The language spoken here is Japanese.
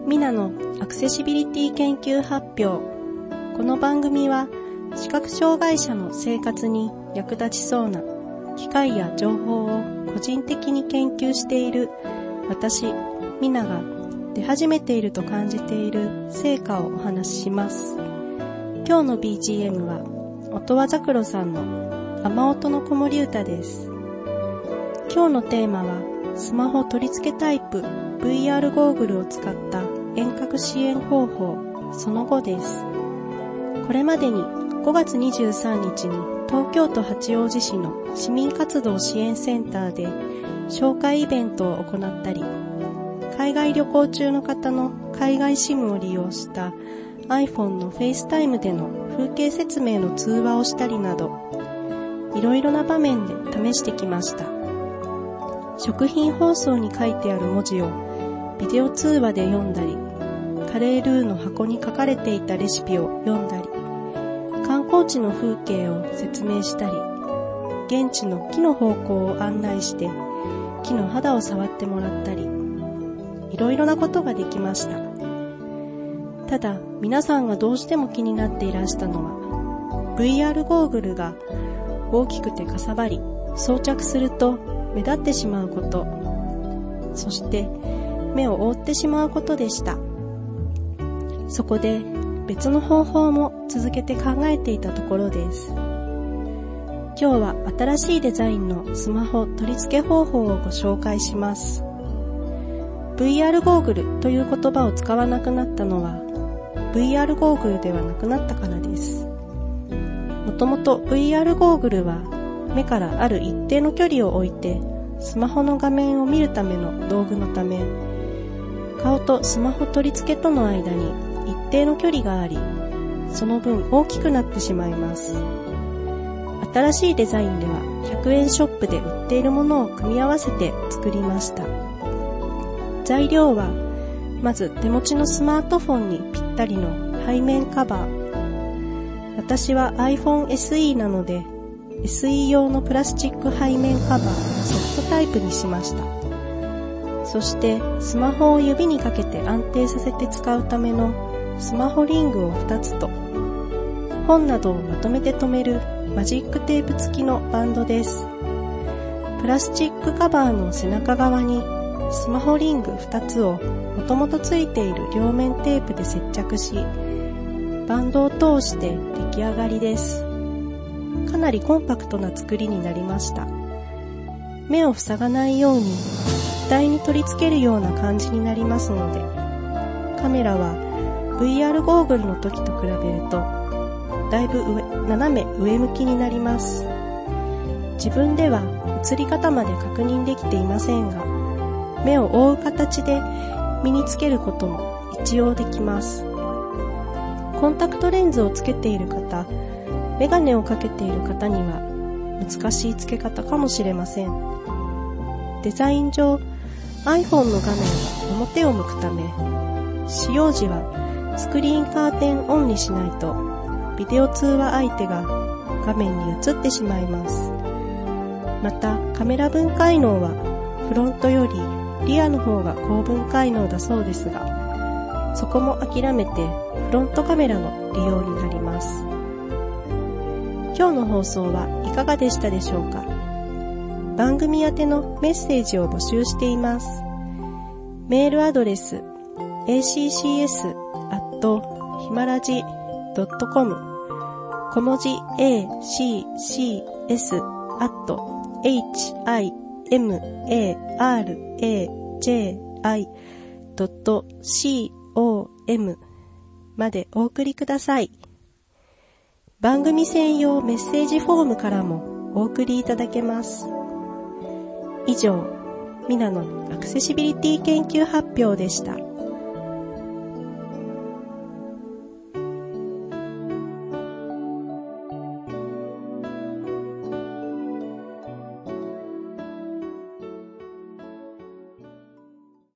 ミナのアクセシビリティ研究発表。この番組は視覚障害者の生活に役立ちそうな機械や情報を個人的に研究している私、ミナが出始めていると感じている成果をお話しします。今日の BGM は音羽桜さんの雨音の子守歌です。今日のテーマはスマホ取り付けタイプ VR ゴーグルを使った遠隔支援方法その後です。これまでに5月23日に東京都八王子市の市民活動支援センターで紹介イベントを行ったり、海外旅行中の方の海外 SIM を利用した iPhone の FaceTime での風景説明の通話をしたりなど、いろいろな場面で試してきました。食品包装に書いてある文字をビデオ通話で読んだり、カレールーの箱に書かれていたレシピを読んだり、観光地の風景を説明したり、現地の木の方向を案内して木の肌を触ってもらったり、いろいろなことができました。ただ皆さんがどうしても気になっていらしたのは VR ゴーグルが大きくてかさばり、装着すると目立ってしまうこと、そして目を覆ってしまうことでした。そこで別の方法も続けて考えていたところです。今日は新しいデザインのスマホ取り付け方法をご紹介します。VR ゴーグルという言葉を使わなくなったのは VR ゴーグルではなくなったからです。もともと VR ゴーグルは目からある一定の距離を置いてスマホの画面を見るための道具のため、顔とスマホ取り付けとの間に一定の距離があり、その分大きくなってしまいます。新しいデザインでは100円ショップで売っているものを組み合わせて作りました。材料はまず手持ちのスマートフォンにぴったりの背面カバー。私は iPhone SE なので SE 用のプラスチック背面カバーソフトタイプにしました。そしてスマホを指にかけて安定させて使うためのスマホリングを2つと、本などをまとめて留めるマジックテープ付きのバンドです。プラスチックカバーの背中側にスマホリング2つをもともとついている両面テープで接着し、バンドを通して出来上がりです。かなりコンパクトな作りになりました。目を塞がないように額に取り付けるような感じになりますので、カメラは VR ゴーグルの時と比べるとだいぶ斜め上向きになります。自分では映り方まで確認できていませんが、目を覆う形で身につけることも一応できます。コンタクトレンズをつけている方、メガネをかけている方には難しいつけ方かもしれません。デザイン上、iPhone の画面は表を向くため、使用時はスクリーンカーテンオンにしないとビデオ通話相手が画面に映ってしまいます。またカメラ分解能はフロントよりリアの方が高分解能だそうですが、そこも諦めてフロントカメラの利用になります。今日の放送はいかがでしたでしょうか。番組宛てのメッセージを募集しています。メールアドレス accs@himaraji.com 小文字 accs@himaraji.com までお送りください。番組専用メッセージフォームからもお送りいただけます。以上、ミナのアクセシビリティ研究発表でした。